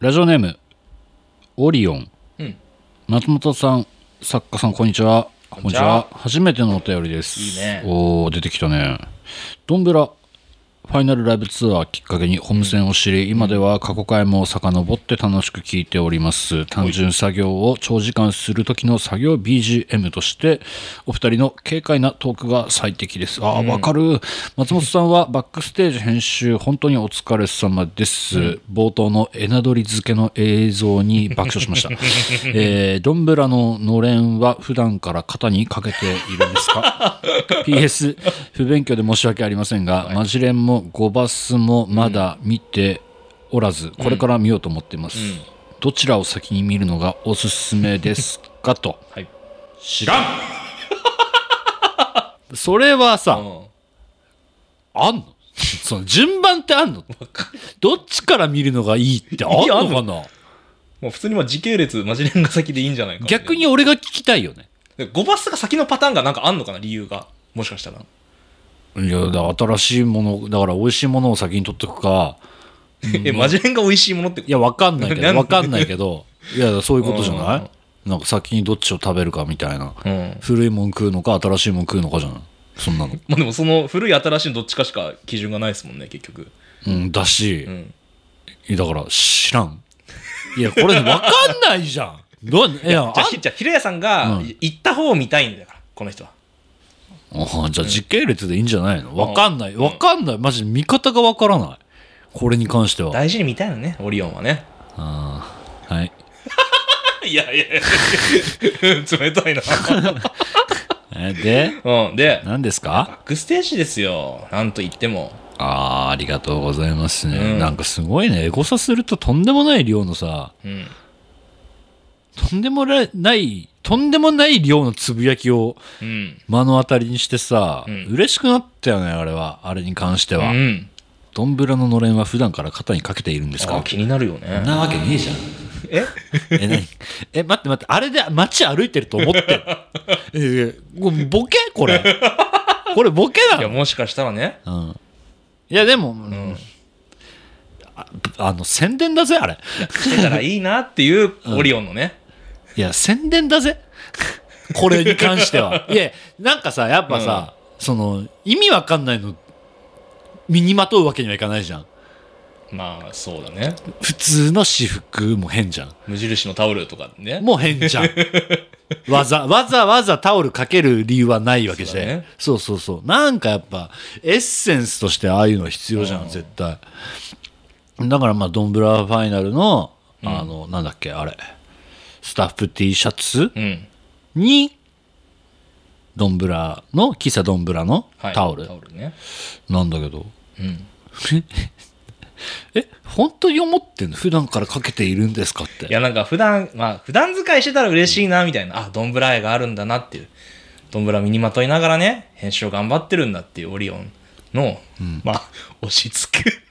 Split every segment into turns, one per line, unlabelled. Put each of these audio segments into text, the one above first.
ラジオネームオリオン、松本さん、作家さん、こんにちは。こんにちは。初めてのお便りです。
いいね。
おー、出てきたね。ドンブラファイナルライブツアーきっかけにホームセンを知り、今では過去回も遡って楽しく聞いております。単純作業を長時間する時の作業 BGM としてお二人の軽快なトークが最適です。わかる。松本さんはバックステージ編集本当にお疲れ様です。冒頭のエナドリ漬けの映像に爆笑しました。ドンブラののれんは普段から肩にかけているんですかPS 不勉強で申し訳ありませんが、マジレンもゴバスもまだ見ておらず、これから見ようと思っています。どちらを先に見るのがおすすめですかと、
はい、
知らんそれはさ、あんのその順番ってあんのどっちから見るのがいいってあんのかな。
もう普通に時系列マジレンが先でいいんじゃないか。
逆に俺が聞きたいよね。
ゴバスが先のパターンがなんかあんのかな、理由が。もしかしたら。
いや、新しいものだから美味しいものを先に取っておくか。
マジレンが美味しいものってこと？
いや、わかんないけどいや、そういうことじゃない？なんか先にどっちを食べるかみたいな、古いもん食うのか新しいもん食うのかじゃない、そんなの。
まあでもその古い新しいのどっちかしか基準がないですもんね、結局。
だし、だから知らん。いや、これわかんないじゃん。じゃ
あひろやさんが行った方を見たいんだから、この人は。
じゃあ時系列でいいんじゃないの？わかんないマジで見方がわからない、これに関しては。
大事に見たいのね、オリオンはね。
はい。
いや冷たいな
で何ですか？
バックステージですよ、なんと言っても。
ありがとうございますね。なんかすごいね、エゴサするととんでもない量のさ、とんでもない量のつぶやきを目の当たりにしてさ、嬉しくなったよね、あれに関しては。ドンブラののれんは普段から肩にかけているんですか？
気になるよね。
なわけねえじゃん。待ってあれで街歩いてると思ってボケこれボケなの？
いや、もしかしたらね。
いやでも、宣伝だぜあれ。
してたらいいなっていうオリオンのね。
いや宣伝だぜこれに関しては。いやなんかさ、やっぱさ、その意味わかんないの身にまとうわけにはいかないじゃん。
まあそうだね。
普通の私服も変じゃん。
無印のタオルとかね、
もう変じゃんわざわざタオルかける理由はないわけで、ね、そうなんかやっぱエッセンスとしてああいうの必要じゃん、絶対。だからドンブラファイナルのなんだっけあれ、スタッフ T シャツにドンブラの喫茶ドンブラのタオル、
ね、
なんだけど、本当に思ってんの？普段からかけているんですかって。
いや、なんか普段使いしてたら嬉しいなみたいな、ドンブラ愛があるんだなっていう、ドンブラ身にまといながらね、編集を頑張ってるんだっていうオリオンの、押し付け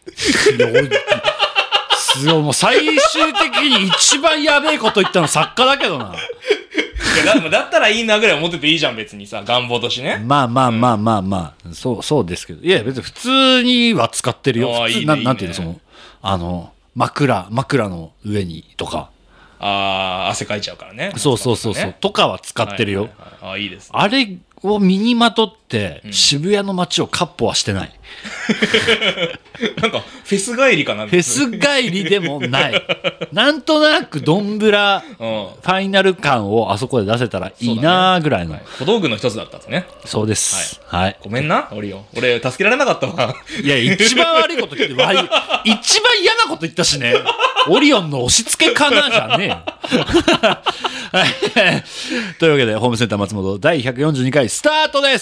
もう最終的に一番やべえこと言ったの作家だけどな。
いやだったらいいなぐらい思ってていいじゃん、別にさ、願望としてね。
まあ、そうですけど、いや別に普通には使ってるよ。なんていうの、その枕の上にとか。
汗かいちゃうからね。
そうとかは使ってるよ。
いいですね。
あれを身にまとって渋谷の街をカッポはしてない。
なんかフェス帰りかな。
フェス帰りでもない。なんとなくドンブラファイナル感をあそこで出せたらいいなぐらいの、
小道具の一つだったんですね。
そうです。はい。
ごめんなオリオン、俺助けられなかったわ。
いや、一番悪いこと言って一番嫌なこと言ったしね。オリオンの押し付けかなじゃねえよ。というわけでホームセンター松本第142回スタートです。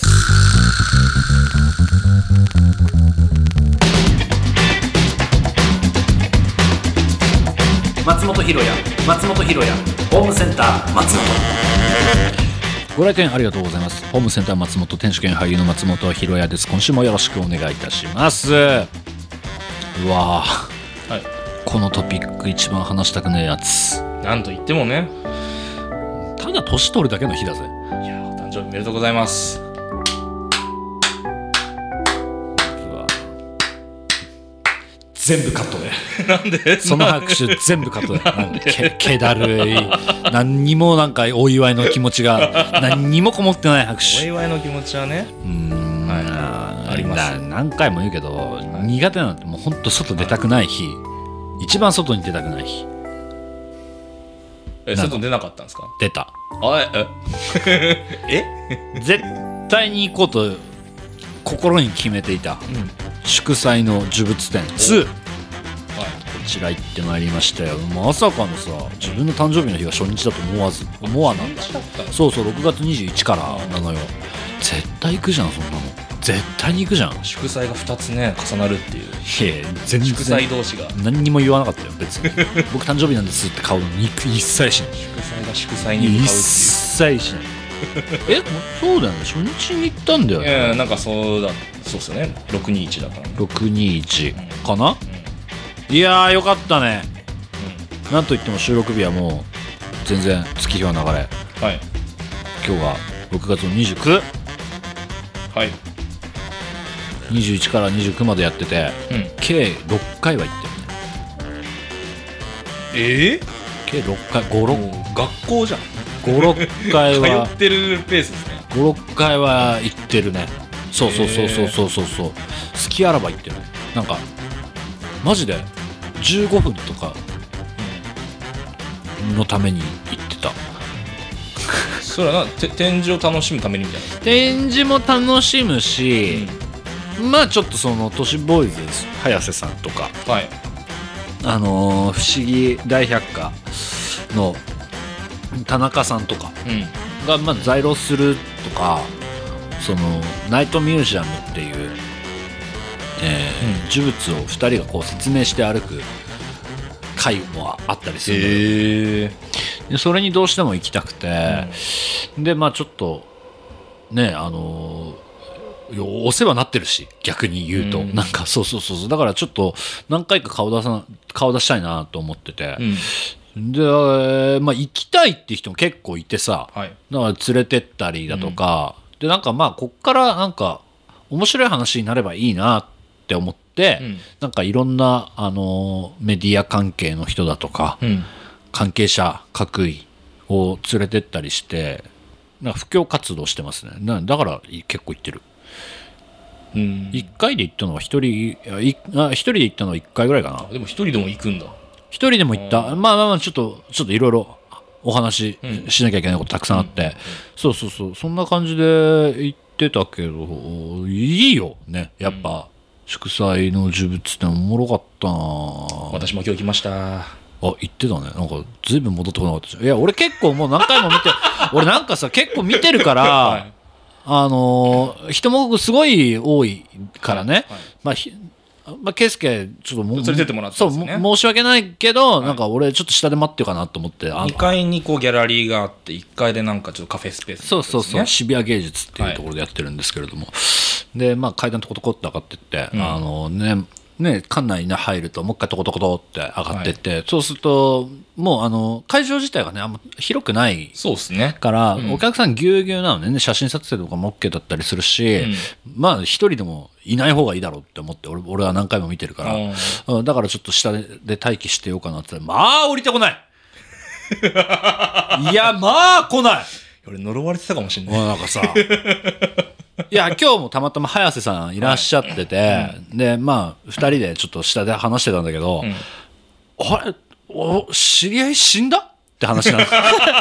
松本ひろやホームセンター松本。ご来店ありがとうございます。ホームセンター松本店主兼俳優の松本ひろやです。今週もよろしくお願いいたします。うわー、はい、このトピック一番話したくねえやつ。
なんと言ってもね、
ただ年取るだけの日だぜ。
いや、お誕生日おめでとうございます。
全部カットで
なんで
その拍手全部カットでなんか気だるい何にもなんかお祝いの気持ちが何にもこもってない拍
お
手
祝いの気持ちはね、あります
何回も言うけど、苦手なんてもうほんと外出たくない日、一番外に出たくない日。
外出なかったんですか？
出た。
え
絶対に行こうと心に決めていた、祝祭の呪物展2、こちら行ってまいりましたよ。まさかのさ、自分の誕生日の日が初日だと思わなんだ。そうそう、6月21からなのよ。絶対行くじゃん、そんなの。絶対に行くじゃん。
祝祭が2つね重なるっていう。
全然
祝祭同士が
何にも言わなかったよ別に僕誕生日なんですって顔に一切しない。
祝祭が祝祭に向かうっていう。
一切しないそうだよね、初日に行ったんだよね。
いやなんかそうっすよね。621だからね。
621かな、いやーよかったね、なんといっても収録日はもう全然月日は流れ、
はい、
今日が6月の29、
はい、
21から29までやってて、計6回は行ってるね。計6回56
学校じゃん。
56回は
通ってるペースですね。
56回は行ってるね。そう好きあらば行ってる。なんかマジで15分とかのために行ってた。
それは展示を楽しむためにみたいな。
展示も楽しむし、まあちょっとその都市ボーイズ早瀬さんとか、
はい、
不思議大百科の田中さんとかがまあ在廊するとか、そのナイトミュージアムっていう、呪物を2人がこう説明して歩く会もあったりするのよ。でそれにどうしても行きたくて、でまあちょっとねお世話になってるし、逆に言うと、なんかそうだからちょっと何回か顔出したいなと思ってて、でまあ行きたいって人も結構いてさ、だから連れてったりだとか、でなんかまあこっからなんか面白い話になればいいなって思って、なんかいろんなメディア関係の人だとか、関係者各位を連れてったりしてなんか布教活動してますね。だから結構行ってる。1回で行ったのは1人で行ったのは1回ぐらいかな。
でも1人でも行くんだ。
1人でも行った。まあちょっといろいろお話しなきゃいけないことたくさんあって、そんな感じで行ってたけど、いいよねやっぱ、祝祭の呪物っておもろかったな。
私も今日来ました。
言ってたね。なんかずいぶん戻ってこなかったじゃん。いや俺結構もう何回も見て俺なんかさ結構見てるから、人もすごい多いからね、まあ圭介ちょっと
連れてってもらったんですよね。
申し訳ないけど、なんか俺ちょっと下で待ってようかなと思って、
2階にこうギャラリーがあって、1階でなんかちょっとカフェスペース、ね、
そう渋谷芸術っていうところでやってるんですけれども、でまあ階段トコトコって上がってって、館内に入るともう一回トコトコトって上がってって、そうするともう会場自体がねあんま広くないから、お客さんぎゅうぎゅうなのね。写真撮影とかも OK だったりするし、まあ一人でもいない方がいいだろうって思って俺は何回も見てるから、だからちょっと下で待機してようかなって言ったら、まあ降りてこないいやまあ来ない。
俺呪われてたかもしれない。
なんかさいや今日もたまたま早瀬さんいらっしゃってて、でまあ2人でちょっと下で話してたんだけど、あれ知り合い死んだって話なの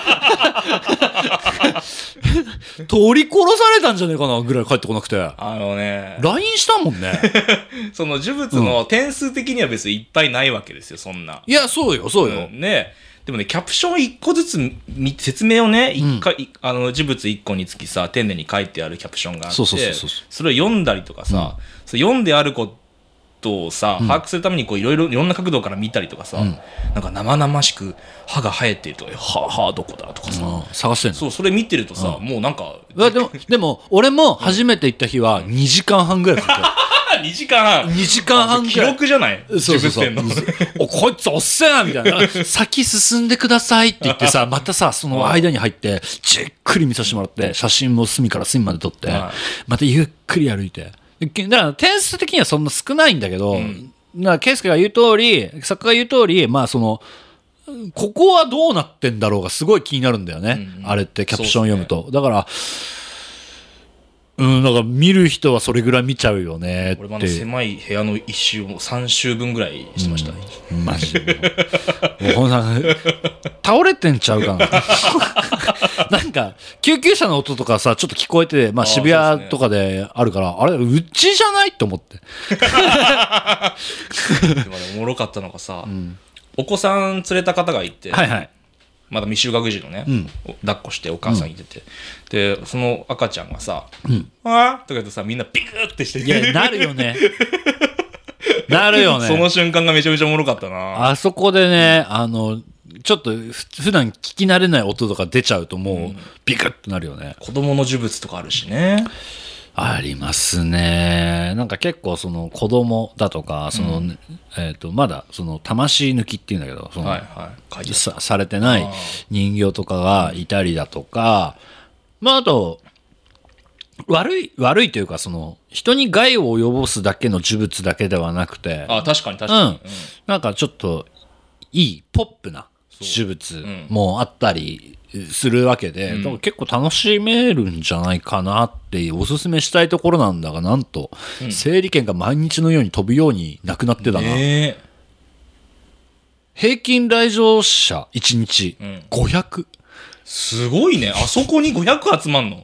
取り殺されたんじゃねえかなぐらい帰ってこなくて、LINE したもんね
その呪物の点数的には別にいっぱいないわけですよ、そんな。
いやそうよ、
ね。でもね、キャプション1個ずつ説明をね、呪物1個につきさ、丁寧に書いてあるキャプションがあって、それを読んだりとかさ、それ読んであることをさ、把握するためにいろんな角度から見たりとかさ、なんか生々しく歯が生えてるとか、歯どこだとかさ、
探してんの。
それ見てるとさ、もうなんか
でも俺も初めて行った日は2時間半ぐらいかかった
2時間半ぐらい記録じゃない。
そうこいつおっせえなみたいな先進んでくださいって言ってさ、またさその間に入ってじっくり見させてもらって、写真も隅から隅まで撮って、またゆっくり歩いて、だから点数的にはそんな少ないんだけど、 圭介が言う通り、作家が言う通り、まあその、ここはどうなってんだろうがすごい気になるんだよね。あれってキャプション読むと。だから、だから見る人はそれぐらい見ちゃうよねって。
俺も狭い部屋の一周を3周分ぐらいしてましたね。
マジで。もうほんな倒れてんちゃうかな。なんか、救急車の音とかさ、ちょっと聞こえて、まあ渋谷とかであるから、あれ、うちじゃないって思って。
でもおもろかったのがさ、お子さん連れた方がいて、
はいはい、
まだ未就学児のね、抱っこしてお母さんいてて、でその赤ちゃんがさ「あー」とか言ってさ、みんなピクッてして
いや、なるよね。なるよね。
その瞬間がめちゃめちゃおもろかったな。
あそこでね、ちょっと普段聞き慣れない音とか出ちゃうともうビクッとなるよね。
子供の呪物とかあるしね。
ありますね。なんか結構その子供だとか、その、まだその魂抜きっていうんだけど、その、されてない人形とかがいたりだとか、まああと、悪いというか、その、人に害を及ぼすだけの呪物だけではなくて、
確かに確かに。
なんかちょっと、いい、ポップな呪物もあったりするわけで、だから結構楽しめるんじゃないかなっておすすめしたいところなんだが、なんと、整理券が毎日のように飛ぶようになくなってたな。平均来場者1日500。
すごいね。あそこに500集まんの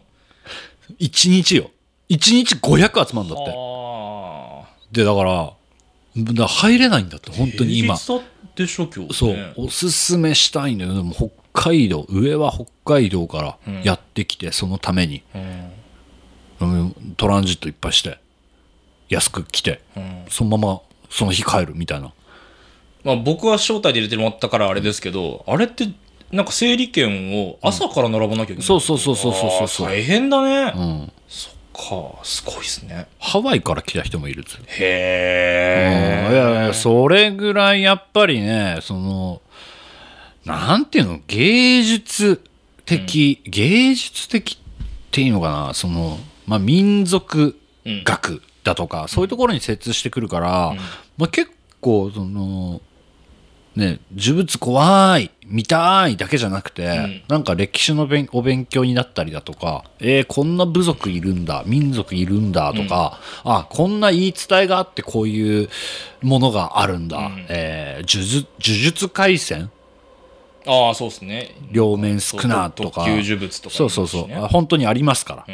？1日よ。1日500集まんだって。で、だから入れないんだって、本当に今。
平日でしょ今日、ね、
そう、おすすめしたいんだよ。でも北海道、上は北海道からやってきて、そのために、トランジットいっぱいして安く来て、そのままその日帰るみたいな。
まあ僕は招待で入れてもらったからあれですけど、あれってなんか整理券を朝から並ばなきゃいけない、
そうそう
大変だね。そっか、すごいですね。
ハワイから来た人もいるっつ。
へ
え。いやいや、それぐらいやっぱりね、そのなんていうの、芸術的っていうのかな、その、まあ、民族学だとか、そういうところに接してくるから、まあ、結構そのね、呪物怖い見たいだけじゃなくて、なんか歴史のお勉強になったりだとか、こんな部族いるんだ、民族いるんだとか、こんな言い伝えがあってこういうものがあるんだ、呪術廻戦、
そうですね。
両面少なとか、
特級呪物とか、
そう本当にありますから、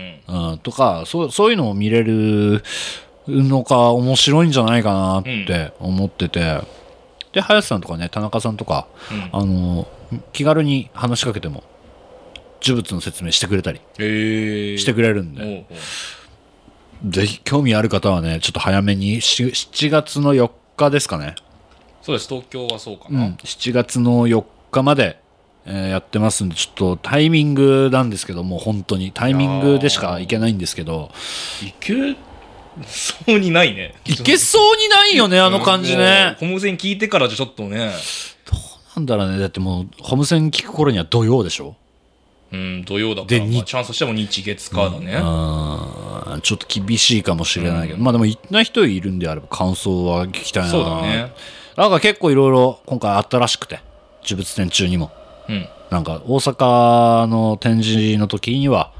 とかそういうのを見れるのが面白いんじゃないかなって思ってて、で林さんとかね、田中さんとか、気軽に話しかけても呪物の説明してくれたりしてくれるんで、ぜひ興味ある方はね、ちょっと早めに7月の4日ですかね。
そうです、東京はそうかな、
7月の4日まで、やってますんで、ちょっとタイミングなんですけども、本当にタイミングでしか行けないんですけど、
行けそうにないね。
行けそうにないよね、あの感じね。
ホームセン聞いてからじゃちょっとね、どう
なんだろうね。だってもうホームセン聞く頃には土曜でしょ。
土曜だから、チャンスとしても日月火だね。
ちょっと厳しいかもしれないけど、まあでも行ったない人いるんであれば感想は聞きたいな。
そうだね。
なんか結構いろいろ今回あったらしくて、呪物展中にも、なんか大阪の展示の時には、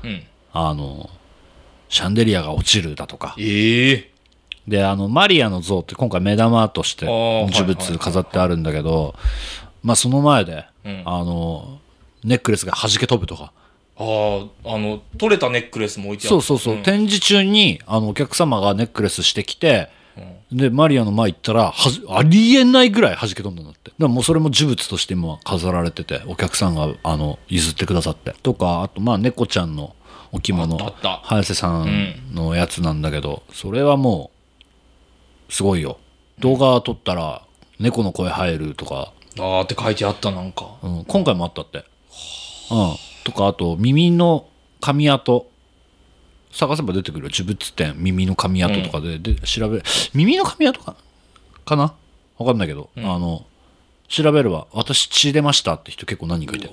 シャンデリアが落ちるだとか、でマリアの像って今回目玉として呪物飾ってあるんだけど、まあその前で、ネックレスが弾け飛ぶとか、
取れたネックレスも置いてある。
そう、展示中にお客様がネックレスしてきて、でマリアの前行ったらありえないぐらい弾け飛んだんだって。だからもうそれも呪物として今飾られてて、お客さんが譲ってくださってとか、あとまあ猫ちゃんの置物、早瀬さんのやつなんだけど、それはもうすごいよ。動画撮ったら猫の声入るとか、
って書いてあった。なんか、
今回もあったって、とか、あと耳の髪跡探せば出てくるよ。呪物展耳の髪跡とかで、調べる。耳の髪跡かな分かんないけど、調べれば私血出ましたって人結構何人かいて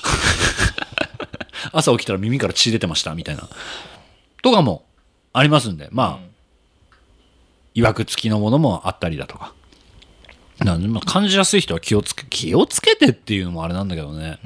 朝起きたら耳から血出てましたみたいなとかもありますんで、まあ、いわくつきのものもあったりだとか、 感じやすい人は気をつけてっていうのもあれなんだけどね。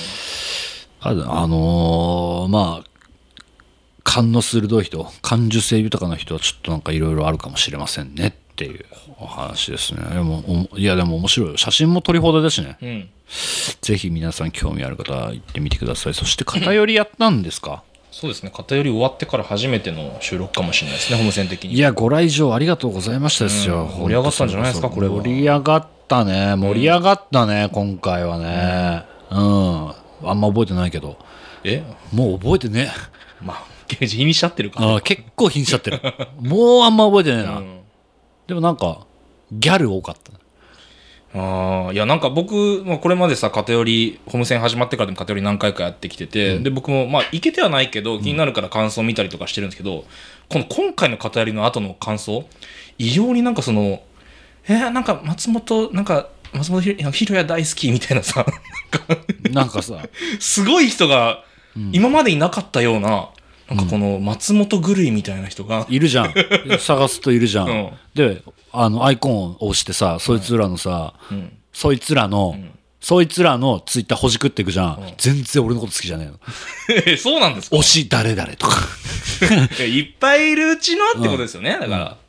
まあ勘の鋭い人、感受性豊かな人はちょっとなんかいろいろあるかもしれませんねっていうお話ですね。でも面白いよ。写真も撮り放題だしね。ぜひ皆さん興味ある方は行ってみてください。そして偏りやったんですか？
そうですね、偏り終わってから初めての収録かもしれないですね、ホームセン的に。
いや、ご来場ありがとうございましたですよ。
盛り上がったんじゃないですか、これは。
盛り上がったね、今回はね。あんま覚えてないけど。もう覚えてね。
まあ、日にしちゃってるから。
結構日にしちゃってる。もうあんま覚えてないな。でもなんか、ギャル多かった。
いやなんか僕、これまでさ偏りホームセン始まってからでも偏り何回かやってきてて、で僕もいけてはないけど気になるから感想を見たりとかしてるんですけど、今回の偏りの後の感想異様になんかなんか松本ひろや大好きみたいなさ
なんかさ
すごい人が今までいなかったような、なんかこの松本狂いみたいな人が
いるじゃん。探すといるじゃん。でアイコンを押してさ、そいつらのさ、そいつらのツイッターほじくっていくじゃん。全然俺のこと好きじゃね
えの。そうなんですか？
推し誰々とか
いっぱいいるうちのってことですよね。だから、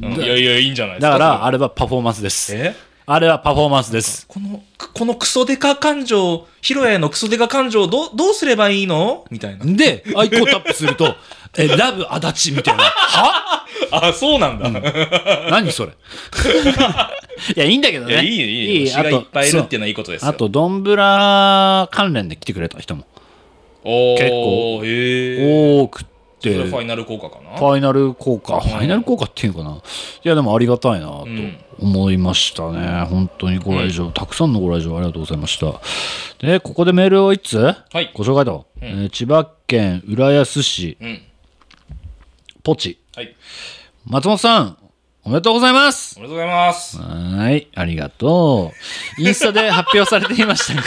いやいいんじゃないですか。
だからあれはパフォーマンスです。あれはパフォーマンスです。
このクソデカ感情、ヒロヤへのクソデカ感情をどうすればいいのみたいな。
で、アイコンタップすると、ラブ足立みたいな。は
そうなんだ。
何それ。いや、いいんだけどね。
いい。推しがいっぱいいるっていうのはいいことですよ。
あと、ドンブラ関連で来てくれた人も。結構、多くて。
それファイナル効果かな。
ファイナル効果っていうのかな。いや、でもありがたいなと思いましたね。本当にご来場、たくさんのご来場ありがとうございました。で、ここでメールを1つ、ご紹介だ。千葉県浦安市、ポチ。松本さん、おめでとうございます。
おめでとうございます。
はい、ありがとう。インスタで発表されていました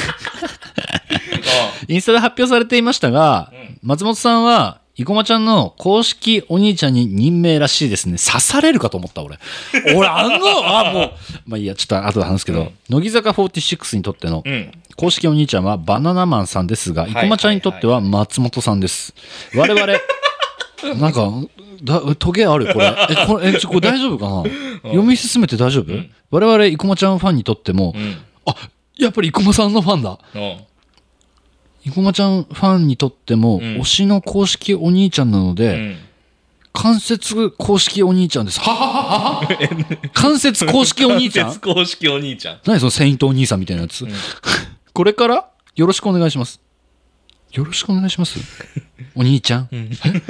が、松本さんは、生駒ちゃんの公式お兄ちゃんに任命らしいですね。刺されるかと思った、俺。もう、まあいいや、ちょっと後で話すけど、乃木坂46にとっての公式お兄ちゃんはバナナマンさんですが、生駒ちゃんにとっては松本さんです。我々、なんか、トゲあるこれ。これ大丈夫かな読み進めて大丈夫？我々、生駒ちゃんファンにとっても、やっぱり生駒さんのファンだ。生駒ちゃんファンにとっても、推しの公式お兄ちゃんなので、間接公式お兄ちゃんです。間接公式お兄ちゃん
間接公式お兄ちゃん。
何そのセイントお兄さんみたいなやつ。これからよろしくお願いします。よろしくお願いします。お兄ちゃん。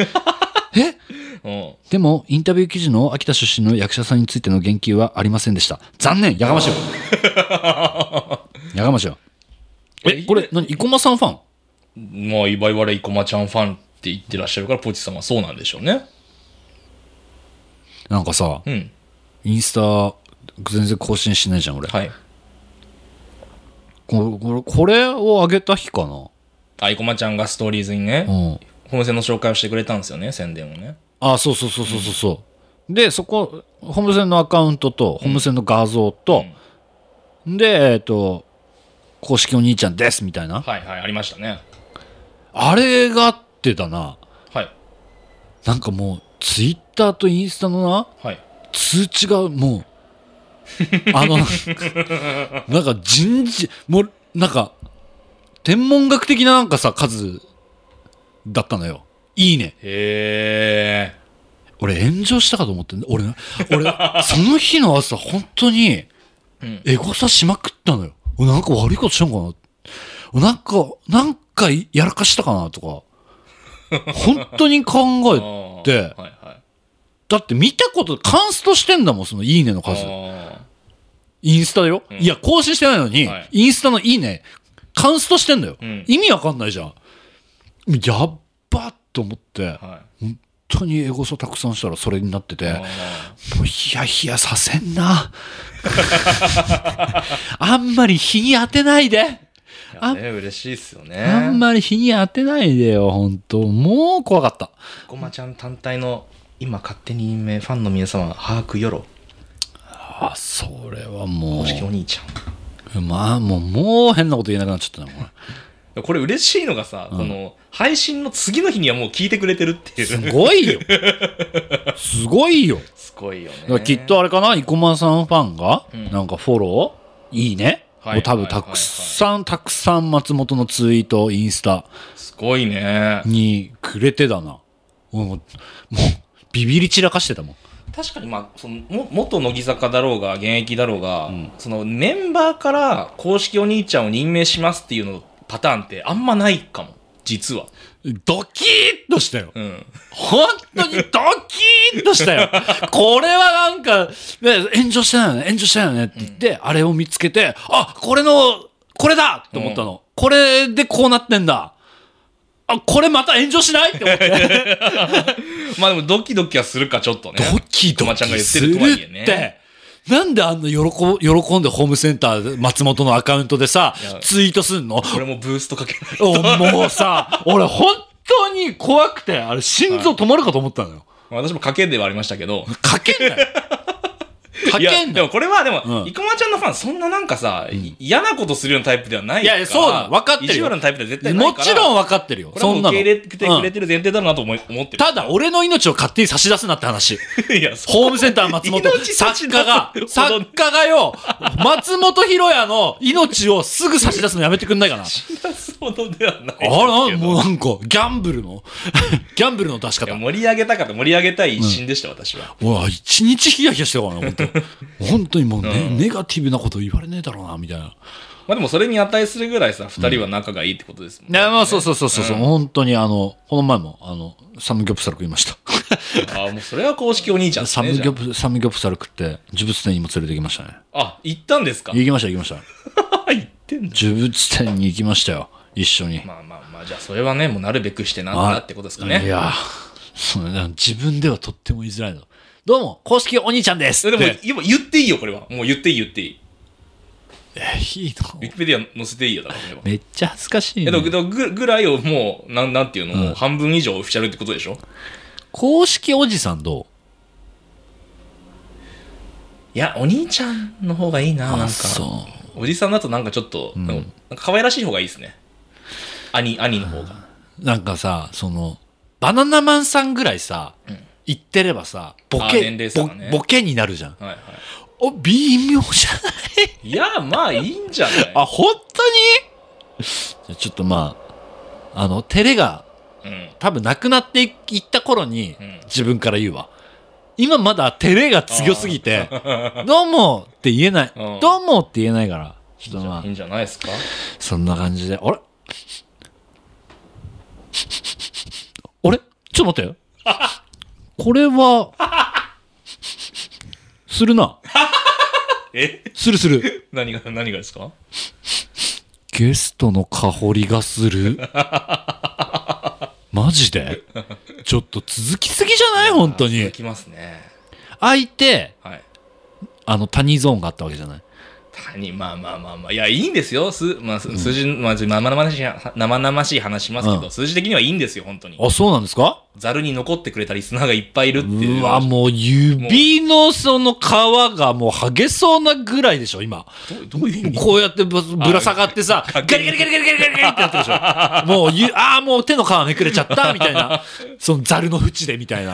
でも、インタビュー記事の秋田出身の役者さんについての言及はありませんでした。残念。やがましいわ。これ、生駒さんファン？
まあ、いわゆる生駒ちゃんファンって言ってらっしゃるから、ポチさんはそうなんでしょうね。
なんかさ、インスタ全然更新しないじゃん、俺。これを上げた日かな。
生駒ちゃんがストーリーズにね、ホームセンの紹介をしてくれたんですよね、宣伝をね。
そう。で、そこ、ホームセンのアカウントと、ホームセンの画像と、で、公式お兄ちゃんですみたいな。
ありましたね。あ
れがあってだな。なんかもう、ツイッターとインスタのな、通知がもう、なんかもう、なんか、天文学的ななんかさ、数だったのよ。いいね。俺炎上したかと思ってんだ。俺、その日の朝、本当に、エゴサしまくったのよ。なんか悪いことしたのかな、なんかやらかしたかなとか、本当に考えて、だって見たことカンストしてんだもん、そのいいねの数。インスタよ、いや更新してないのに、インスタのいいねカンストしてんだよ、意味わかんないじゃん。やっばと思って、本当にエゴサたくさんしたらそれになってて、もうヒヤヒヤさせんな。あんまり日に当てないで。
嬉しいっすよね。
あんまり日に当てないでよ、本当。もう怖かった。
生駒ちゃん単体の今勝手に任命ファンの皆様把握よろ。
やそれはもう
公式お兄ちゃ
んまあもう変なこと言えなくなっちゃったな
これ嬉しいのがさ、この配信の次の日にはもう聞いてくれてるっていう
すごいよすごいよ
すごいよね。
だからきっとあれかな、生駒さんファンがなんかフォローいいねもう多分たくさん松本のツイートインスタ
すごいね
にくれてだな。もうビビり散らかしてたもん。
確かにその元乃木坂だろうが現役だろうが、そのメンバーから公式お兄ちゃんを任命しますっていうのパターンってあんまないかも実は。
ドキーッとしたよ、本当にドキーッとしたよこれはなんか、ね、炎上したよねって言って、あれを見つけてこれだって思ったの、これでこうなってんだ、これまた炎上しないって思って
まあでもドキドキはするかちょっとね。
ドキドキするって、なんであんな喜んでホームセンター松本のアカウントでさツイートすんの。
俺もブーストかけないと
もうさ俺本当に怖くてあれ心臓止まるかと思ったのよ、
私もかけではありましたけど
かけんなよ
いやでもこれはでも、生駒ちゃんのファンそんななんかさ、嫌なことするようなタイプではないから。
いやそうだ分かってるよ。
意地悪なタイプでは絶対ないから。
もちろん分かってるよ。
これはもう受け入れてくれてる前提だなと思ってる。
ただ俺の命を勝手に差し出すなって話
いや
ホームセンター松本作家がよ松本ひろやの命をすぐ差し出すのやめてくんないかな。
差し出すほどではないですけ
ど。もうなんかギャンブルの出し方。
盛り上げたい一心でした、私は。
一日ヒヤヒヤしてたからね本当にもうね、ネガティブなこと言われねえだろうなみたいな。
まあでもそれに値するぐらいさ、2人は仲がいいってことですもんね。
いやまあそう、本当にこの前もサムギョプサル食いました
もうそれは公式お兄ちゃんですね。
サムギョプサル食って呪物店にも連れてきましたね。
行ったんですか。
行きました
行ってんだ。
呪物店に行きましたよ一緒に。
まあじゃあそれはねもうなるべくしてなんだってことですかね。
いや自分ではとっても言いづらいの。どうも公式お兄ちゃんですって。
でも言っていいよこれは。もう言っていい。
いいの。
ウィキペディア載せていいよだから
めっちゃ恥ずかしいね。
ぐらいをもうなんていうの、もう半分以上オフィシャルってことでしょ。
公式おじさんどう。
いやお兄ちゃんの方がいいな。なんかおじさんだとなんかちょっと、なんか可愛らしい方がいいですね。兄の方が。
なんかさバナナマンさんぐらいさ、言ってればさボケになるじゃん。微妙じゃない。
いやまあいいんじゃない。
本当に。ちょっと照れが、多分なくなっていった頃に、自分から言うわ。今まだ照れが強すぎてどうもって言えない、どうもって言えないから、ちょっと
いいんじゃないですか。
そんな感じで。あれちょっと待ってこれはするな。する
何がですか。
ゲストの香りがするマジでちょっと続きすぎじゃない。本当に
続きますね。
相手、谷ゾーンがあったわけじゃない。
まあいやいいんですよ。数字、生々しい話しますけど、数字的にはいいんですよ本当に。
そうなんですか。
ざるに残ってくれたリスナーがいっぱいいるっていう。
もう指のその皮がもう剥げそうなぐらいでしょ今。
どういう意味。
こうやってぶら下がってさガリガリガリガリガリガリガリってやってるでしょもう手の皮めくれちゃったみたいなそのざるの縁でみたいな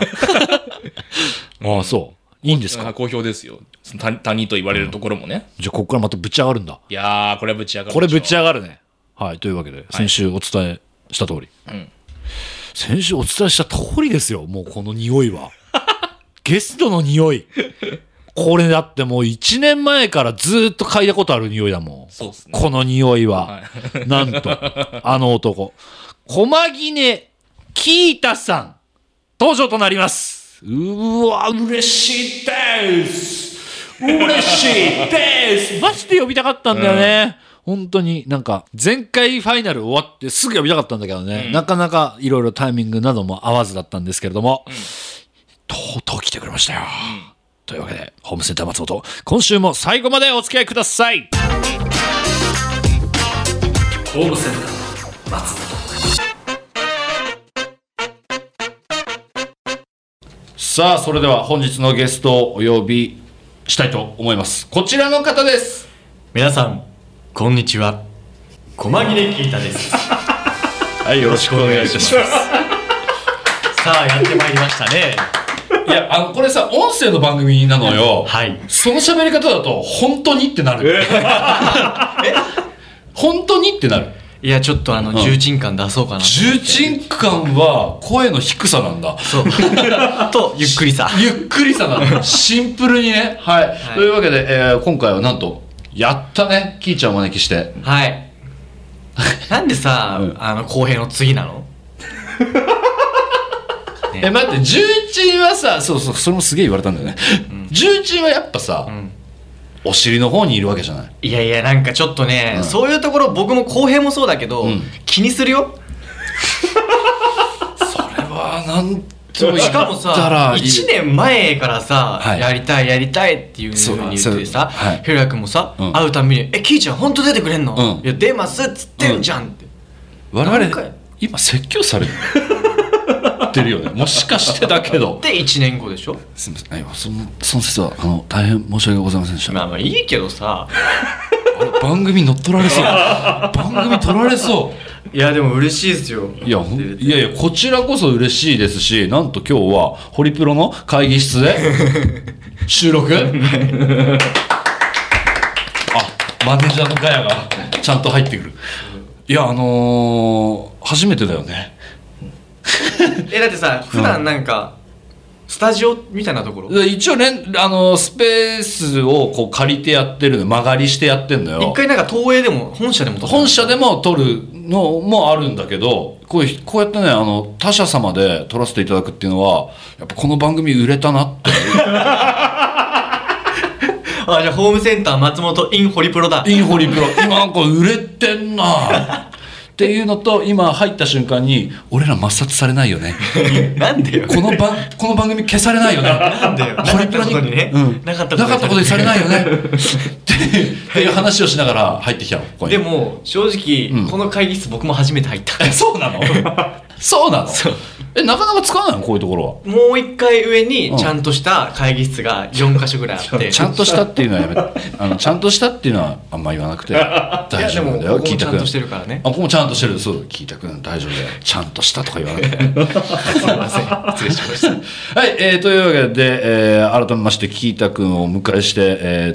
そういいんですか。
好評ですよ。谷と言われるところもね。
じゃあここからまたぶち上がるんだ。
いやーこれはぶち上がる。
これぶち上がるね。はいというわけで先週お伝えした通り、先週お伝えした通りですよ。もうこの匂いはゲストの匂い。これだってもう1年前からずっと嗅いだことある匂いだもん。
そうですね。
この匂いは、なんとあの男駒木キータさん登場となります。うわ嬉しいです嬉しいですマジで呼びたかったんだよね、本当に。なんか前回ファイナル終わってすぐ呼びたかったんだけどね、なかなかいろいろタイミングなども合わずだったんですけれども、とうとう来てくれましたよ、というわけでホームセンター松本今週も最後までお付き合いください。ホームセンター松本。さあそれでは本日のゲストをお呼びしたいと思います。こちらの方です。
皆さんこんにちは、駒木根キータです
はい、よろしくお願いしますさ
あやってまいりましたね。
いや、これさ、音声の番組なのよ。
はい。
その喋り方だと本当にってなる本当にってなる。
いやちょっと重鎮感出そうかな。
重鎮感は声の低さなんだ。
そうとゆっくりさ
なんだシンプルにね。はい、というわけで、今回はなんとやったね、キーちゃんをお招きして。
はいなんでさ、公平の次なの
ね、待って、重鎮はさ、そうそれもすげえ言われたんだよね、重鎮はやっぱさ、お尻の方にいるわけじゃない。
いやなんかちょっとね、そういうところ僕も公平もそうだけど、気にするよ
それはなんと
しかもさ1年前からさ、やりたいっていう風に言ってさ、ひろやくんもさ、会うたびにキーちゃん本当出てくれんの、いや出ますっつってんじゃんって、
我々今説教されてるよねもしかしてだけど
で1年後でしょ。
すみません、その説は大変申し訳ございませんでした。
まあいいけどさ
番組乗っ取られそう番組取られそう。
いやでも嬉しいですよ。
いやこちらこそ嬉しいですし、なんと今日はホリプロの会議室で収録マネージャーのガヤがちゃんと入ってくる。いや初めてだよね
だってさ普段なんか、スタジオみたいなところ
一応ね、スペースをこう借りてやってるの、間借りしてやってんのよ。
一回なんか東映でも本社でも
撮るのもあるんだけど、こうやってね、他社様で撮らせていただくっていうのはやっぱこの番組売れたなって
あ、じゃあホームセンター松本 in ホリプロだ。
今なんか売れてんなっていうのと、今入った瞬間に俺ら抹殺されないよね
なんでよ
この番組消されないよね
なんでよ
ホリプロになかったことにされないよねっていう話をしながら入ってきたの。ここに
でも正直、この会議室僕も初めて入った
そうなのそうなのなかなか使わないのこういうところは。
もう一回上にちゃんとした会議室が4カ所ぐらいあって、
ちゃんとしたっていうのはやめてちゃんとしたっていうのはあんま言わなくて大丈夫だよ。
聞いたくんちゃんとしてるからね。
ここもちゃんとしてる。そう、聞いたくん大丈夫だよ。ちゃんとしたとか言わなくてすい
ません、失礼しました
はい、というわけで、改めましてキータくんをお迎えして、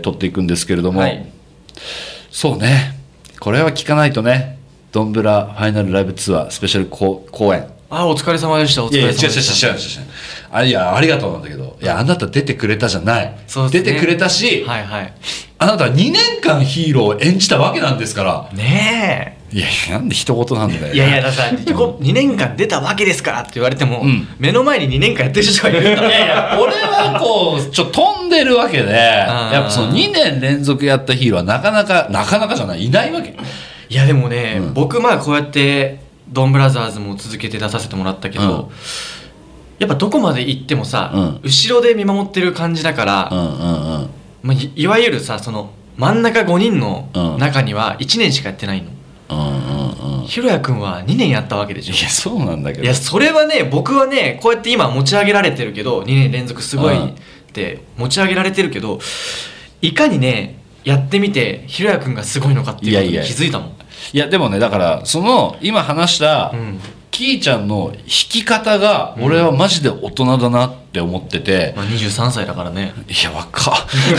撮っていくんですけれども、そうね、これは聞かないとね。ドンブラファイナルライブツアースペシャル公演。
お疲れ様でした。お疲れ様でした。
いやありがとうなんだけど、いやあなた出てくれたじゃない。出てくれたし、あなたは2年間ヒーローを演じたわけなんですから
ねえ。
いやなんで一言なんだよ。
いやだから2年間出たわけですからって言われても、目の前に2年間やってる人がいるんだ。
いや俺はこう飛んでるわけで、やっぱその2年連続やったヒーローはなかなかじゃないないわけ。
いやでもね、僕こうやってドンブラザーズも続けて出させてもらったけど、やっぱどこまで行ってもさ、後ろで見守ってる感じだから、いわゆるさその真ん中5人の中には1年しかやってないの。ひろやくんは2年やったわけでしょ。
いやそうなんだけど、
いやそれはね、僕はねこうやって今持ち上げられてるけど、2年連続すごいって持ち上げられてるけど、いかにねやってみてひろやくんがすごいのかっていうことに気づいたもん。
いやでもね、だからその今話したキーちゃんの弾き方が俺はマジで大人だなって思ってて、
23歳だからね。
いや若っ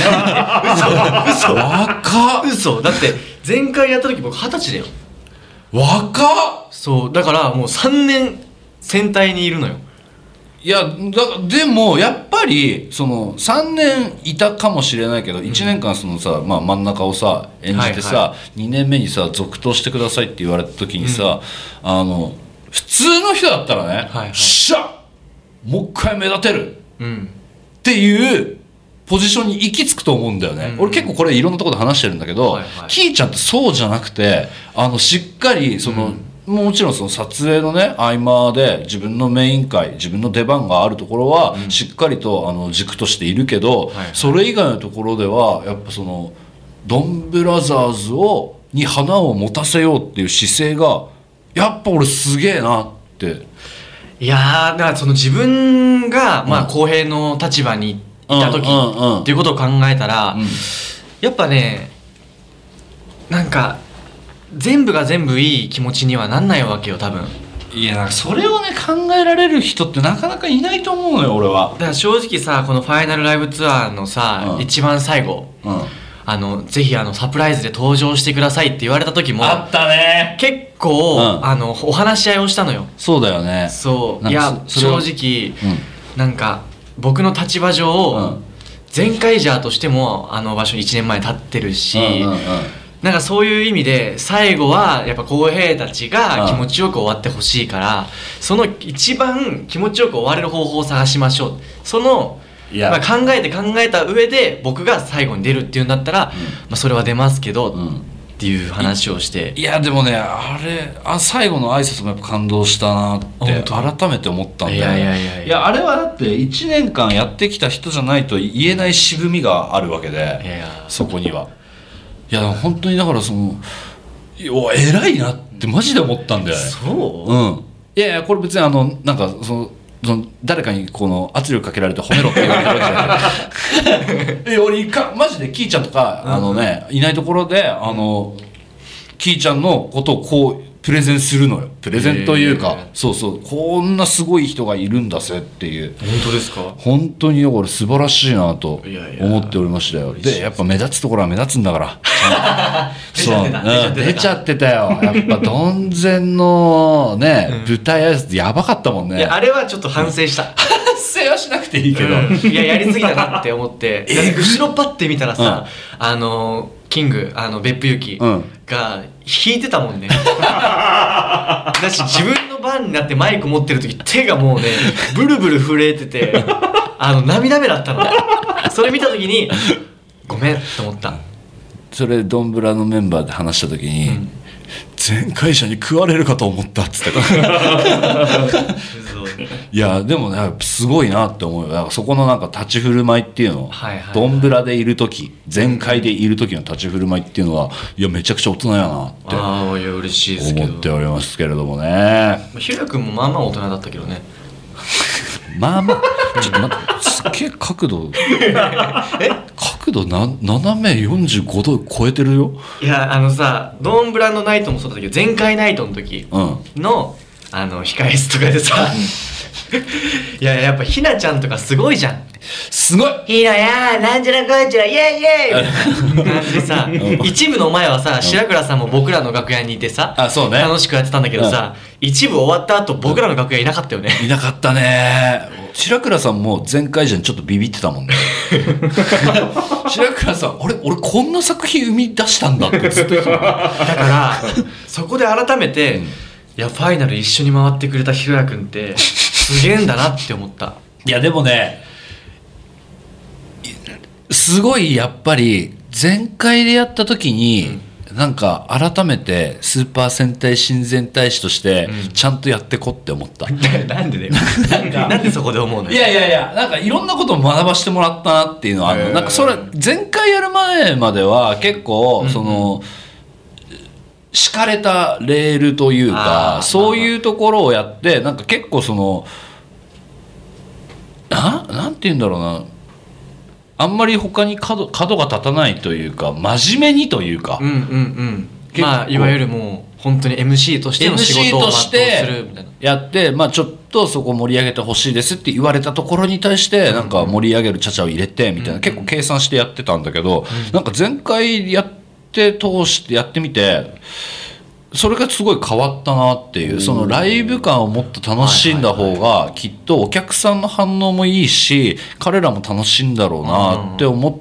嘘だって前回やった時僕20歳だよ。
若っ。
そうだからもう3年戦隊にいるのよ。
いやでもやっぱりその3年いたかもしれないけど、1年間そのさ、真ん中をさ演じてさ、2年目にさ続投してくださいって言われた時にさ、普通の人だったらね、しゃもう一回目立てるっていうポジションに行き着くと思うんだよね。俺結構これいろんなところで話してるんだけど、キーちゃんってそうじゃなくて、しっかりその、もちろんその撮影のね合間で自分のメイン回、自分の出番があるところはしっかりと軸としているけど、それ以外のところではやっぱそのドンブラザーズに花を持たせようっていう姿勢がやっぱ俺すげえなって。
いやだからその自分が公平の立場にた時っていうことを考えたら、やっぱねなんか全部が全部いい気持ちにはなんないわけよ多分。
いやそれをね考えられる人ってなかなかいないと思うのよ俺は。
だから正直さこのファイナルライブツアーのさ、一番最後、ぜひサプライズで登場してくださいって言われた時も
あったね
結構、お話し合いをしたのよ。
そうだよね。
そういや正直、なんか僕の立場上、前回ジャーとしても場所に1年前立ってるし、なんかそういう意味で最後はやっぱ公平たちが気持ちよく終わってほしいから、その一番気持ちよく終われる方法を探しましょう。その考えた上で僕が最後に出るっていうんだったら、それは出ますけど、っていう話をして。
いやでもね最後の挨拶もやっぱ感動したなって改めて思ったんだよね。いやあれはだって1年間やってきた人じゃないと言えない渋みがあるわけで、そこには。いや本当にだから偉いなってマジで思ったんだよね。
そう？
いやこれ別になんか誰かにこの圧力かけられて褒めろって言われてるわけじゃない俺マジでキーちゃんとかいないところでキーちゃんのことをこうプレゼンするのよ。プレゼンというか、そうこんなすごい人がいるんだぜっていう。
本当ですか？
本当にこれ素晴らしいなと思っておりましたよ。でやっぱ目立つところは目立つんだから出ちゃってたよ。やっぱどんぜんのね、舞台挨拶やばかったもんね。
いやあれはちょっと反省した。
反省はしなくていいけど、
いややりすぎだなって思って後ろパッて見たらさ、キング別府ゆきが弾いてたもんね。だし自分の番になってマイク持ってる時手がもうねブルブル震えてて涙目だったの。それ見た時にごめんって思った。
それドンブラのメンバーで話した時に、前回者に食われるかと思ったっつっていやでもねすごいなって思うよ。だからそこのなんか立ち振る舞いっていうの、ドンブラでいる時前回でいる時の立ち振る舞いっていうのはいやめちゃくちゃ大人やなって
いや嬉しいですけど
思っておりますけれどもね。
ひろやくんもまあまあ大人だったけどね。
まあまあちょっと待ってすっげえ角度斜め45度超えてるよ。
いやさドンブラのナイトもそうだったけど前回ナイトの時の、控え室とかでさいややっぱひなちゃんとかすごいじゃん。
すごい
ひなやなんちゃらこいちゃらイエイイエイみたいな感じでさ一部の前はさ白倉さんも僕らの楽屋にいてさ
そうね、
楽しくやってたんだけどさ、一部終わった後僕らの楽屋いなかったよね。
いなかったね。白倉さんも前回じゃんちょっとビビってたもんね白倉さん俺こんな作品生み出したんだってずっと言ってた。だ
からそこで改めて、いやファイナル一緒に回ってくれたひろやくんってすげえんだなって思った。
いやでもねすごいやっぱり前回でやった時に、なんか改めてスーパー戦隊親善大使としてちゃんとやってこって思った、
なんでだよなんでそこで思うのよ。
いやなんかいろんなことを学ばしてもらったなっていうのはあるの。なんかそれ前回やる前までは結構敷かれたレールというかそういうところをやってなんか結構なんて言うんだろうな、あんまり他に角が立たないというか真面目にというか、
まあいわゆるもう本当に MC としての仕事を全うするみたいな
やって、ちょっとそこ盛り上げてほしいですって言われたところに対してなんか盛り上げるちゃちゃを入れてみたいな、結構計算してやってたんだけど、なんか前回やって通してやってみてそれがすごい変わったなっていう、そのライブ感をもっと楽しんだ方がきっとお客さんの反応もいいし彼らも楽しいんだろうなって思って、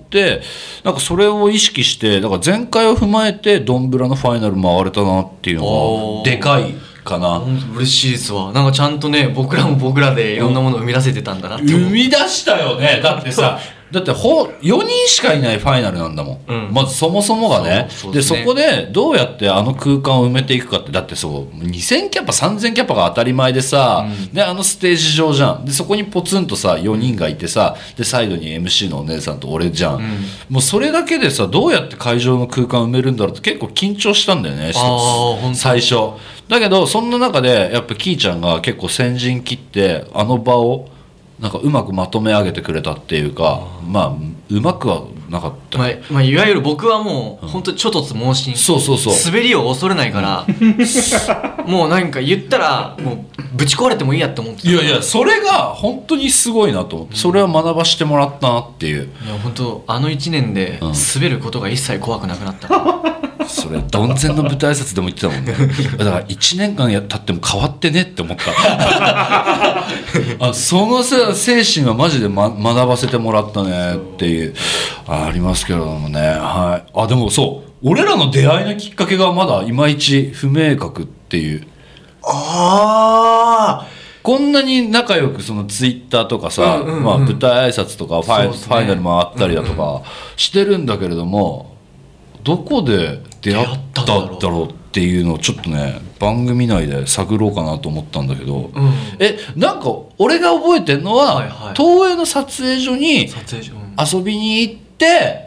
なんかそれを意識してだから前回を踏まえてドンブラのファイナル回れたなっていうのがでかいかな。
嬉しいですわ。なんかちゃんとね僕らも僕らでいろんなものを生み出せてたんだなって思う。
生み出したよね。だってさだって4人しかいないファイナルなんだもん、まずそもそもがね。でそこでどうやってあの空間を埋めていくかって、だって2000キャパ3000キャパが当たり前でさ、でステージ上じゃん。でそこにポツンとさ4人がいてさ、でサイドに MC のお姉さんと俺じゃん、もうそれだけでさどうやって会場の空間を埋めるんだろうって結構緊張したんだよね最初。だけどそんな中でやっぱキーちゃんが結構先陣切って場をなんかうまくまとめ上げてくれたっていうか、まあうまくはなかった、
まあ、いわゆる僕はもう本当に猪突猛進、
そう
滑りを恐れないからもうなんか言ったらもうぶち壊れてもいいやって思ってた。
いやそれが本当にすごいなと思って、それは学ばしてもらったなっていう。
いや本当1年で滑ることが一切怖くなくなった、
それドンゼンの舞台挨拶でも言ってたもんね。だから1年間経っても変わってねって思ったその精神はマジで、学ばせてもらったねっていうありますけれどもね。はい。でもそう俺らの出会いのきっかけがまだいまいち不明確っていう。こんなに仲良くそのツイッターとかさ、まあ、舞台挨拶とかファイナルもあったりだとかしてるんだけれども、どこで出会ったんだろうっていうのをちょっとね番組内で探ろうかなと思ったんだけど、なんか俺が覚えてるのは、東映の撮影所に遊びに行って、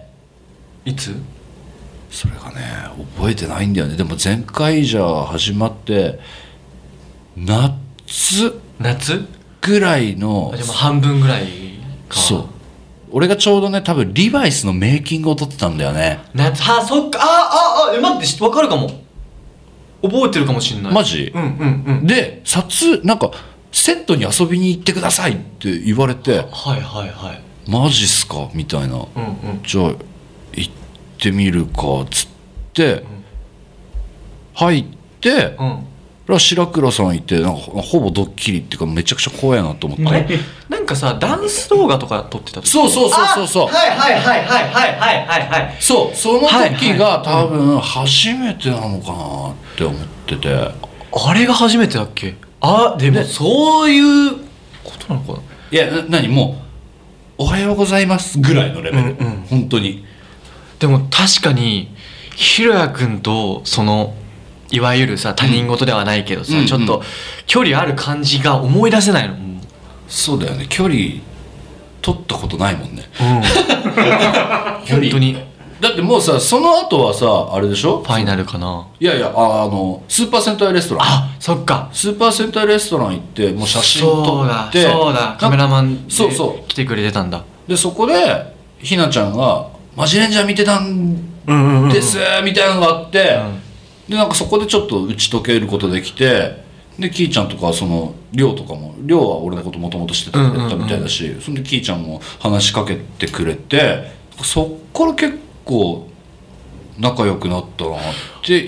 いつ？
それがね覚えてないんだよね。でも前回じゃ始まって夏ぐらいの、
じゃあ半分ぐらいか。
そう俺がちょうどね多分リバイスのメイキングを撮ってたんだよね。
そっか。待って分かるかも。覚えてるかもしんない。
マジ？でなんかセットに遊びに行ってくださいって言われて、マジっすかみたいな、じゃあ行ってみるかっつって、入って、白倉さんいてなんかほぼドッキリっていうかめちゃくちゃ怖いなと思って、
なんかさダンス動画とか撮ってた時。
そう
そう
その時が多分初めてなのかなって思ってて、
あれが初めてだっけ？でもそういうことなのかな。
いや何もうおはようございますぐらいのレベル、本当に。
でも確かにひろやくんとそのいわゆるさ他人事ではないけどさ、ちょっと距離ある感じが思い出せないの。
そうだよね、距離取ったことないもんね、
本当に。
だってもうさその後はさあれでしょ、
ファイナルかな。
いやスーパー戦隊レストラン。
そっか。
スーパー戦隊レストラン行ってもう写真撮って、
そうだカメラマンで来てくれてたんだ。
でそこでひなちゃんがマジレンジャー見てたんですみたいなのがあって、でなんかそこでちょっと打ち解けることできて、でキーちゃんとかその亮とかも、亮は俺のこともともと知っててくれたみたいだし、そんでキーちゃんも話しかけてくれて、そっから結構仲良くなったなって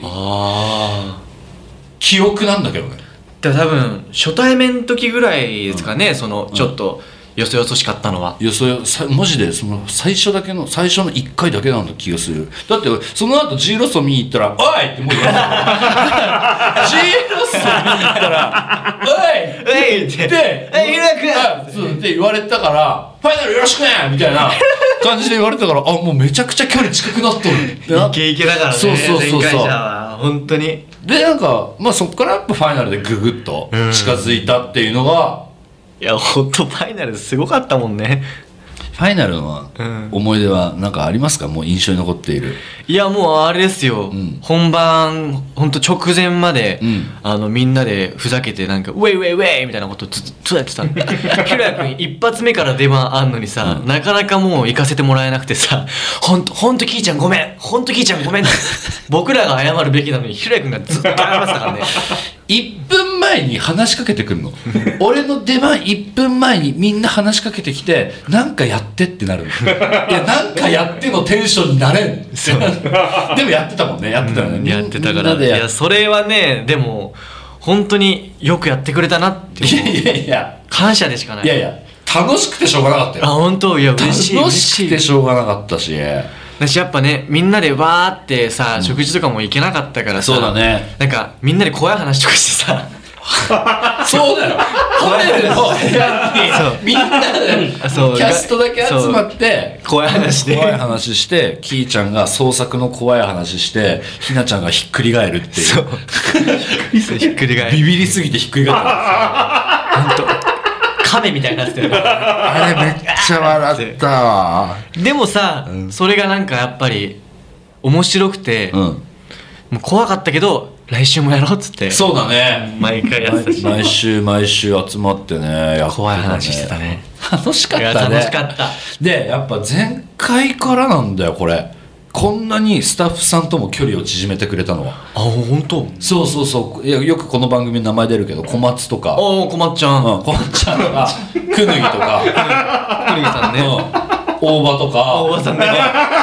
記憶なんだけどね。
だから多分初対面の時ぐらいですかね、そのちょっとよそよそしかったのは。
マジでその最初の1回だけなんだ気がする。だってその後 G ロスト見に行ったら「おい!」ってもう言われたG ロスト見に行ったら「おい!」って言われたから「ファイナルよろしくね!」みたいな感じで言われたから、もうめちゃくちゃ距離近くなっとる。
イケイケだからね。そう前回じゃ本当に。
でなんかそっからやっぱファイナルでググッと近づいたっていうのが、
いやほんとファイナルすごかったもんね。
ファイナルの思い出は何かありますか？もう印象に残っている。
いやもうあれですよ、本番ほんと直前まで、みんなでふざけてなんかウェイウェイウェイみたいなことずっとやってたんだ。ひろやくん一発目から出番あんのにさ、なかなかもう行かせてもらえなくてさ、ほんとキーちゃんごめん、ほんとキーちゃんごめんって僕らが謝るべきなのにひろやくんがずっと謝ってたからね。
1分前に話しかけてくるの。俺の出番1分前にみんな話しかけてきて、なんかやってってなるの。いやなんかやってのテンションになれん。でもやってたもんね。やってたね。
やってたから。いやそれはね、でも本当によくやってくれたなって思う。
いや
感謝でしかない。
いや楽しくてしょうがなかったよ。
本当。いや嬉しい。
楽しくてしょうがなかったし。
私やっぱねみんなでわーってさ、食事とかも行けなかったからさ。
そうだね。
なんかみんなで怖い話とかしてさ。
そうだよ。ホテルの部屋にみんなでキャストだけ集まって
怖い話
して、キーちゃんが創作の怖い話して、ひなちゃんがひっくり返るっていう。
そうひっくり返る。
ビビりすぎてひっくり返った。
本当。亀みたいになってたよ。
あれめっちゃ笑ったわ。
でもさ、それがなんかやっぱり面白くて、もう怖かったけど来週もやろうっつって。
そうだね。
毎回やってたし、
毎週集まってね、
怖い話してたね。
楽しかったね。
いや楽しかった。
でやっぱ前回からなんだよこれ。こんなにスタッフさんとも距離を縮めてくれたのは。
あ、本当。
そうそうそう。いやよくこの番組の名前出るけど、小松とか、
おお、こまっちゃん、
小松ちゃんとかくぬぎとか
くにぎさんね、
大場とか
大場さんね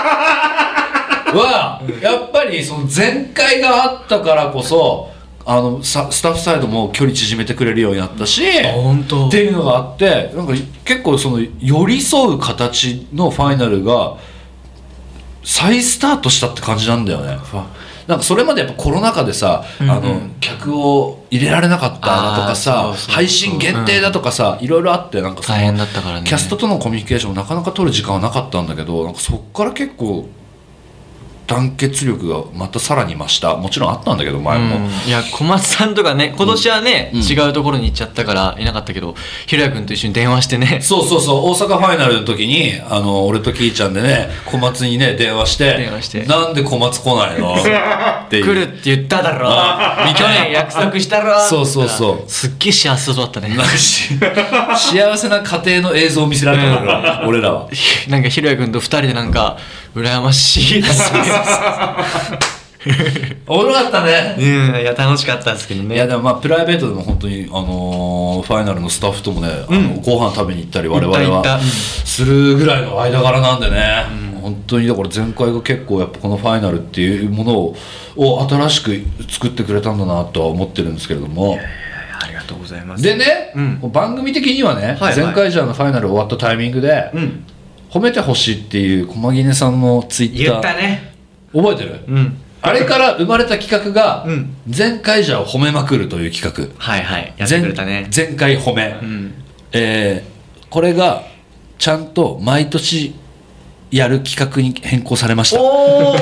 はやっぱりその前回があったからこそスタッフサイドも距離縮めてくれるようになったし、
本当
っていうのがあって、なんか結構その寄り添う形のファイナルが再スタートしたって感じなんだよね。なんかそれまでやっぱコロナ禍でさ、客を入れられなかっただとかさ、配信限定だとかさ、いろいろあって、なんか
大変だったからね。
キャストとのコミュニケーションをなかなか取る時間はなかったんだけど、なんかそっから結構団結力がまたさらに増した。もちろんあったんだけど前も、
いや小松さんとかね、今年はね、違うところに行っちゃったからいなかったけど、ひろやくんと一緒に電話してね、
そうそうそう、大阪ファイナルの時に俺とキーちゃんでね、小松にね電話してなんで小松来ないのっていう
来るって言っただろ去年約束したろ
そうそうそう、
すっげえ幸せそうだったね
幸せな家庭の映像を見せられたから俺らは
なんかひろやくんと2人でなんか羨ましいですね
面白かったね。
いや楽しかったですけどね。
いやでもまあプライベートでも本当にファイナルのスタッフともね、ご飯食べに行ったり我々はするぐらいの間柄なんでね、本当にだから前回が結構やっぱこのファイナルっていうものを新しく作ってくれたんだなとは思ってるんですけれども。
ありがとうございます。
でね、番組的にはね、前回じゃのファイナル終わったタイミングで、褒めてほしいっていう駒木根さんのツイッター
言ったね。
覚えてる？あれから生まれた企画が、前回じゃを褒めまくるという企画。
はいはい、やってくれたね。
前回褒め、これがちゃんと毎年やる企画に変更されました。
お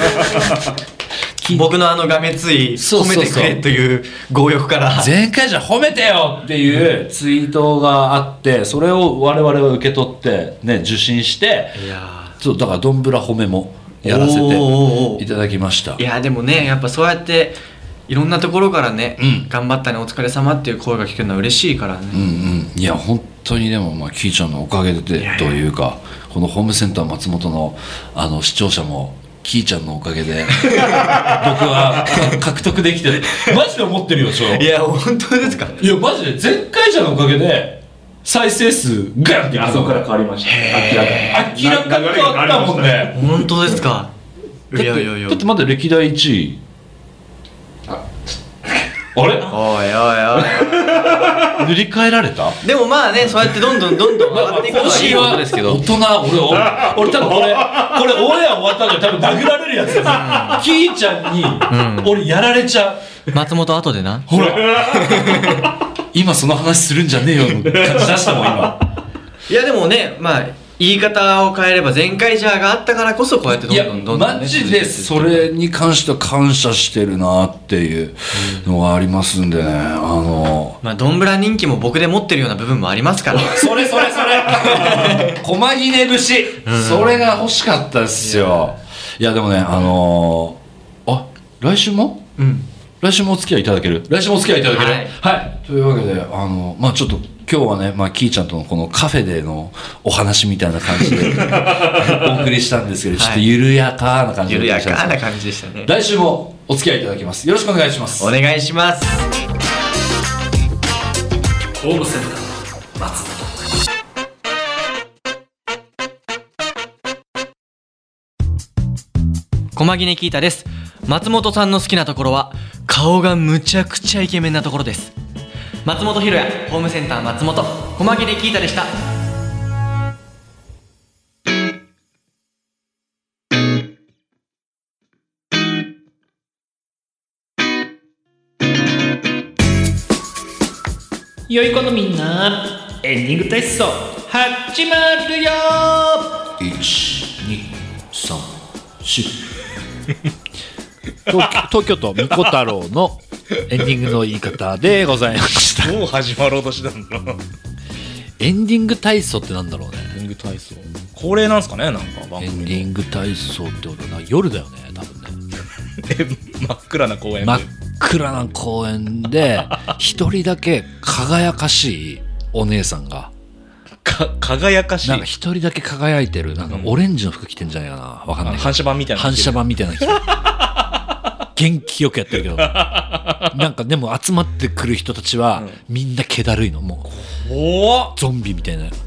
僕のがめつい褒めてくれという強欲から
前回じゃ褒めてよっていうツイートがあって、それを我々は受け取ってね、受信して、いやそうだからどんぶら褒めもやらせていただきました。
いやでもね、やっぱそうやっていろんなところからね、頑張ったねお疲れ様っていう声が聞けるのは嬉しいからね。
いや本当にでもまあキーちゃんのおかげでというか、このホームセンター松本の視聴者もキーちゃんのおかげで僕は獲得できてる。マジで思ってるよ。
いや本当ですか？
いやマジで前回者のおかげで再生数ガンって
あそこから変わりました。
明らかに変わったもんね。
本当ですか？
だってまだ歴代1位。あれ？おいおいおい塗り替えられた？
でもまあね、そうやってどんどん上がっていくのはいいことですけど、
大人、俺多分これオンエア終わったんで多分殴られるやつです。キーちゃんに俺やられちゃう。
松本後でな、
ほら今その話するんじゃねえよの感じ出したもん今。
いやでもね、まあ言い方を変えれば前回じゃがあったからこそこうやってどんどんね、
マジでそれに関しては感謝してるなっていうのがありますんでね。
まあどんぶら人気も僕で持ってるような部分もありますから
それ駒木根節、それが欲しかったですよ。いやでもね来週も来週もお付き合いいただける。来週もお付き合いいただける。はい、というわけでまあちょっと今日はね、まあ、キーちゃんとのこのカフェでのお話みたいな感じでお送りしたんですけど、ちょっと緩やかな感じで、
緩やかな感じでしたね。
来週もお付き合いいただきます。よろしくお願いします。
お願いします。
ホームセンター松本。
駒木根キータです。松本さんの好きなところは顔がむちゃくちゃイケメンなところです。松本ひろや、ホームセンター松本、駒木根キータでした。
良い子のみんな、エンディング体操始まるよ。
1,2,3,4
東京都みこ太郎のエンディングの言い方でございました。
もう始まろうとしてたんだ。
エンディング体操ってなんだろうね。
エンディング体操恒例なんすかね、なんか番組。
エンディング体操ってことは夜だよね、多分ね。
真っ暗な公園で。
真っ暗な公園で一人だけ輝かしいお姉さんが
輝かしい。
なんか一人だけ輝いてる、なんかオレンジの服着てんじゃないかな、わかんない。
反射板みたいな。
反射板みたいな着てる。元気よくやってるけど、なんかでも集まってくる人たちは、みんな気だるいの、もうゾンビみたいな。も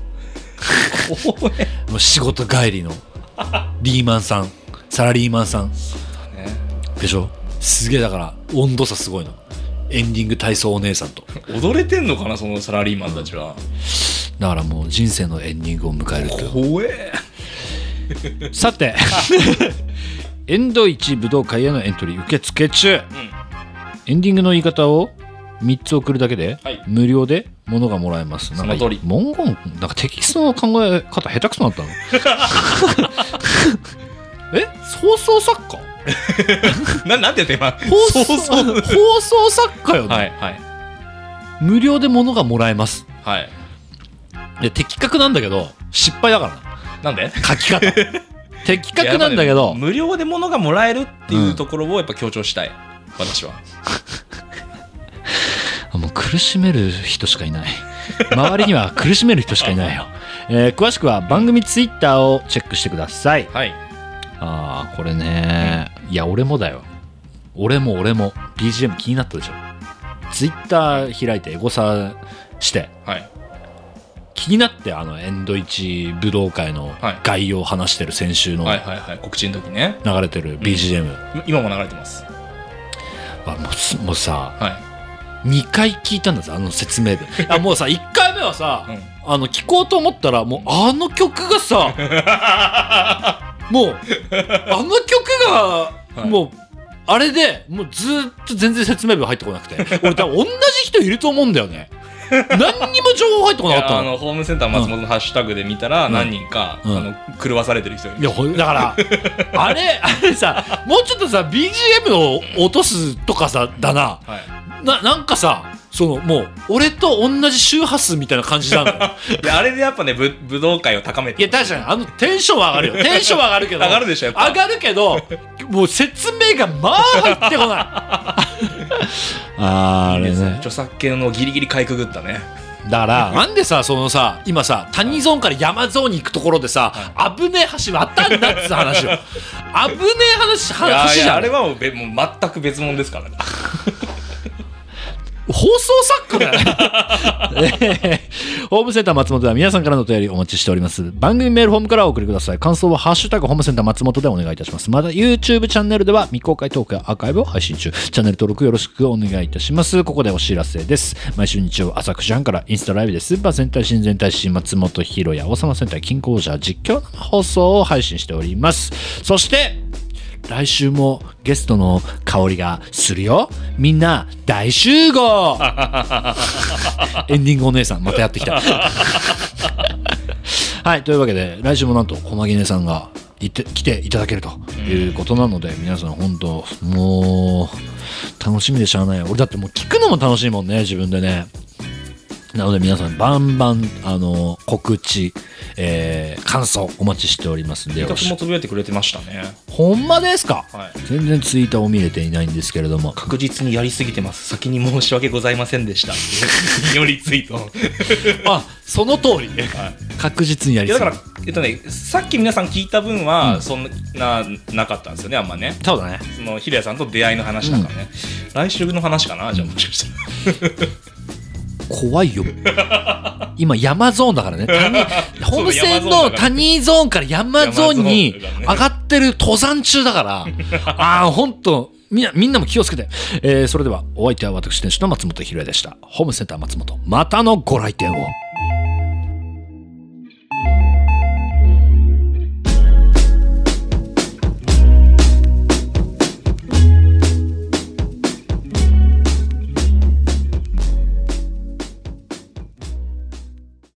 う仕事帰りのリーマンさん、サラリーマンさんでしょ。すげえ、だから温度差すごいの。エンディング体操お姉さんと
踊れてんのかな、そのサラリーマンたちは。
だからもう人生のエンディングを迎えるという。
怖え。
さてエンド1武道会へのエントリー受付中、エンディングの言い方を3つ送るだけで、無料で物がもらえます。
その通り。
文言、なんかテキストの考え方下手くそになったの放送作家
なんて言った今。
放送作家よね。
はいはい。
無料で物がもらえます。
はい。
で的確なんだけど失敗だからな。
なんで？
書き方的確なんだけど、
無料で物がもらえるっていうところをやっぱ強調したい、私は。
もう苦しめる人しかいない。周りには苦しめる人しかいないよ。詳しくは番組ツイッターをチェックしてください。
はい。
ああこれね、いや俺もだよ。俺も BGM 気になったでしょ。ツイッター開いてエゴサして、
はい、
気になってエンド1武道会の概要を話してる先週の
告知の時ね
流れてる BGM、
今も流れてます。
もうさ、2回聞いたんだぞ、説明文。もうさ1回目はさ、聞こうと思ったらもう曲がさもう曲がもうあれでもうずっと全然説明文入ってこなくて、俺多分同じ人いると思うんだよね。何にも情報入ってこなかったの。
ホームセンター松本のハッシュタグで見たら何人か、狂わされてる人いる。
いやだからあれさ、もうちょっとさ BGM を落とすとかさだな、なんかさもう俺と同じ周波数みたいな感じなんだよ。
いやあれでやっぱね武道会を高めて、
いや確かにテンションは上がるよ。テンションは上がるけど
上がるでしょ、やっぱ
上がるけどもう説明がまあ入ってこない。あれね、
著作権のギリギリかいくぐったね。
だからなんでさ今さ谷ゾーンから山ゾーンに行くところでさ、危ねえ橋渡んだっつう話を。危ねえ橋じゃん。
あれはもう全く別物ですからね。
放送作家だよ。ホームセンター松本では皆さんからのお便りお待ちしております。番組メールフォームからお送りください。感想はハッシュタグホームセンター松本でお願いいたします。また YouTube チャンネルでは未公開トークやアーカイブを配信中。チャンネル登録よろしくお願いいたします。ここでお知らせです。毎週日曜朝9時半からインスタライブでスーパー戦隊新戦隊新松本ひろや王様戦隊キングオージャー実況生放送を配信しております。そして来週もゲストの香りがするよ。みんな大集合。エンディングお姉さんまたやってきた。はい、というわけで来週もなんと駒木根さんが来ていただけるということなので、皆さん本当もう楽しみでしゃあないよ。俺だってもう聞くのも楽しいもんね、自分でね。なので皆さんバンバン告知、感想お待ちしておりますんで。
私もつぶやいてくれてましたね。
ほんまですか？全然ツイートを見れていないんですけれども、
確実にやりすぎてます。先に申し訳ございませんでしたってよりツイート。
あ、その通り、確実にやりすぎ。
だからさっき皆さん聞いた分はそんなかったんですよね、あんまね。
そうだね。
そのひろやさんと出会いの話だからね。来週の話かな、じゃあもしかしたら。
怖いよ。今山ゾーンだからね。ホームセンの谷ゾーンから山ゾーンに上がってる登山中だから。本当みんなも気をつけて。それではお相手は私店主の松本ひろやでした。ホームセンター松本、またのご来店を。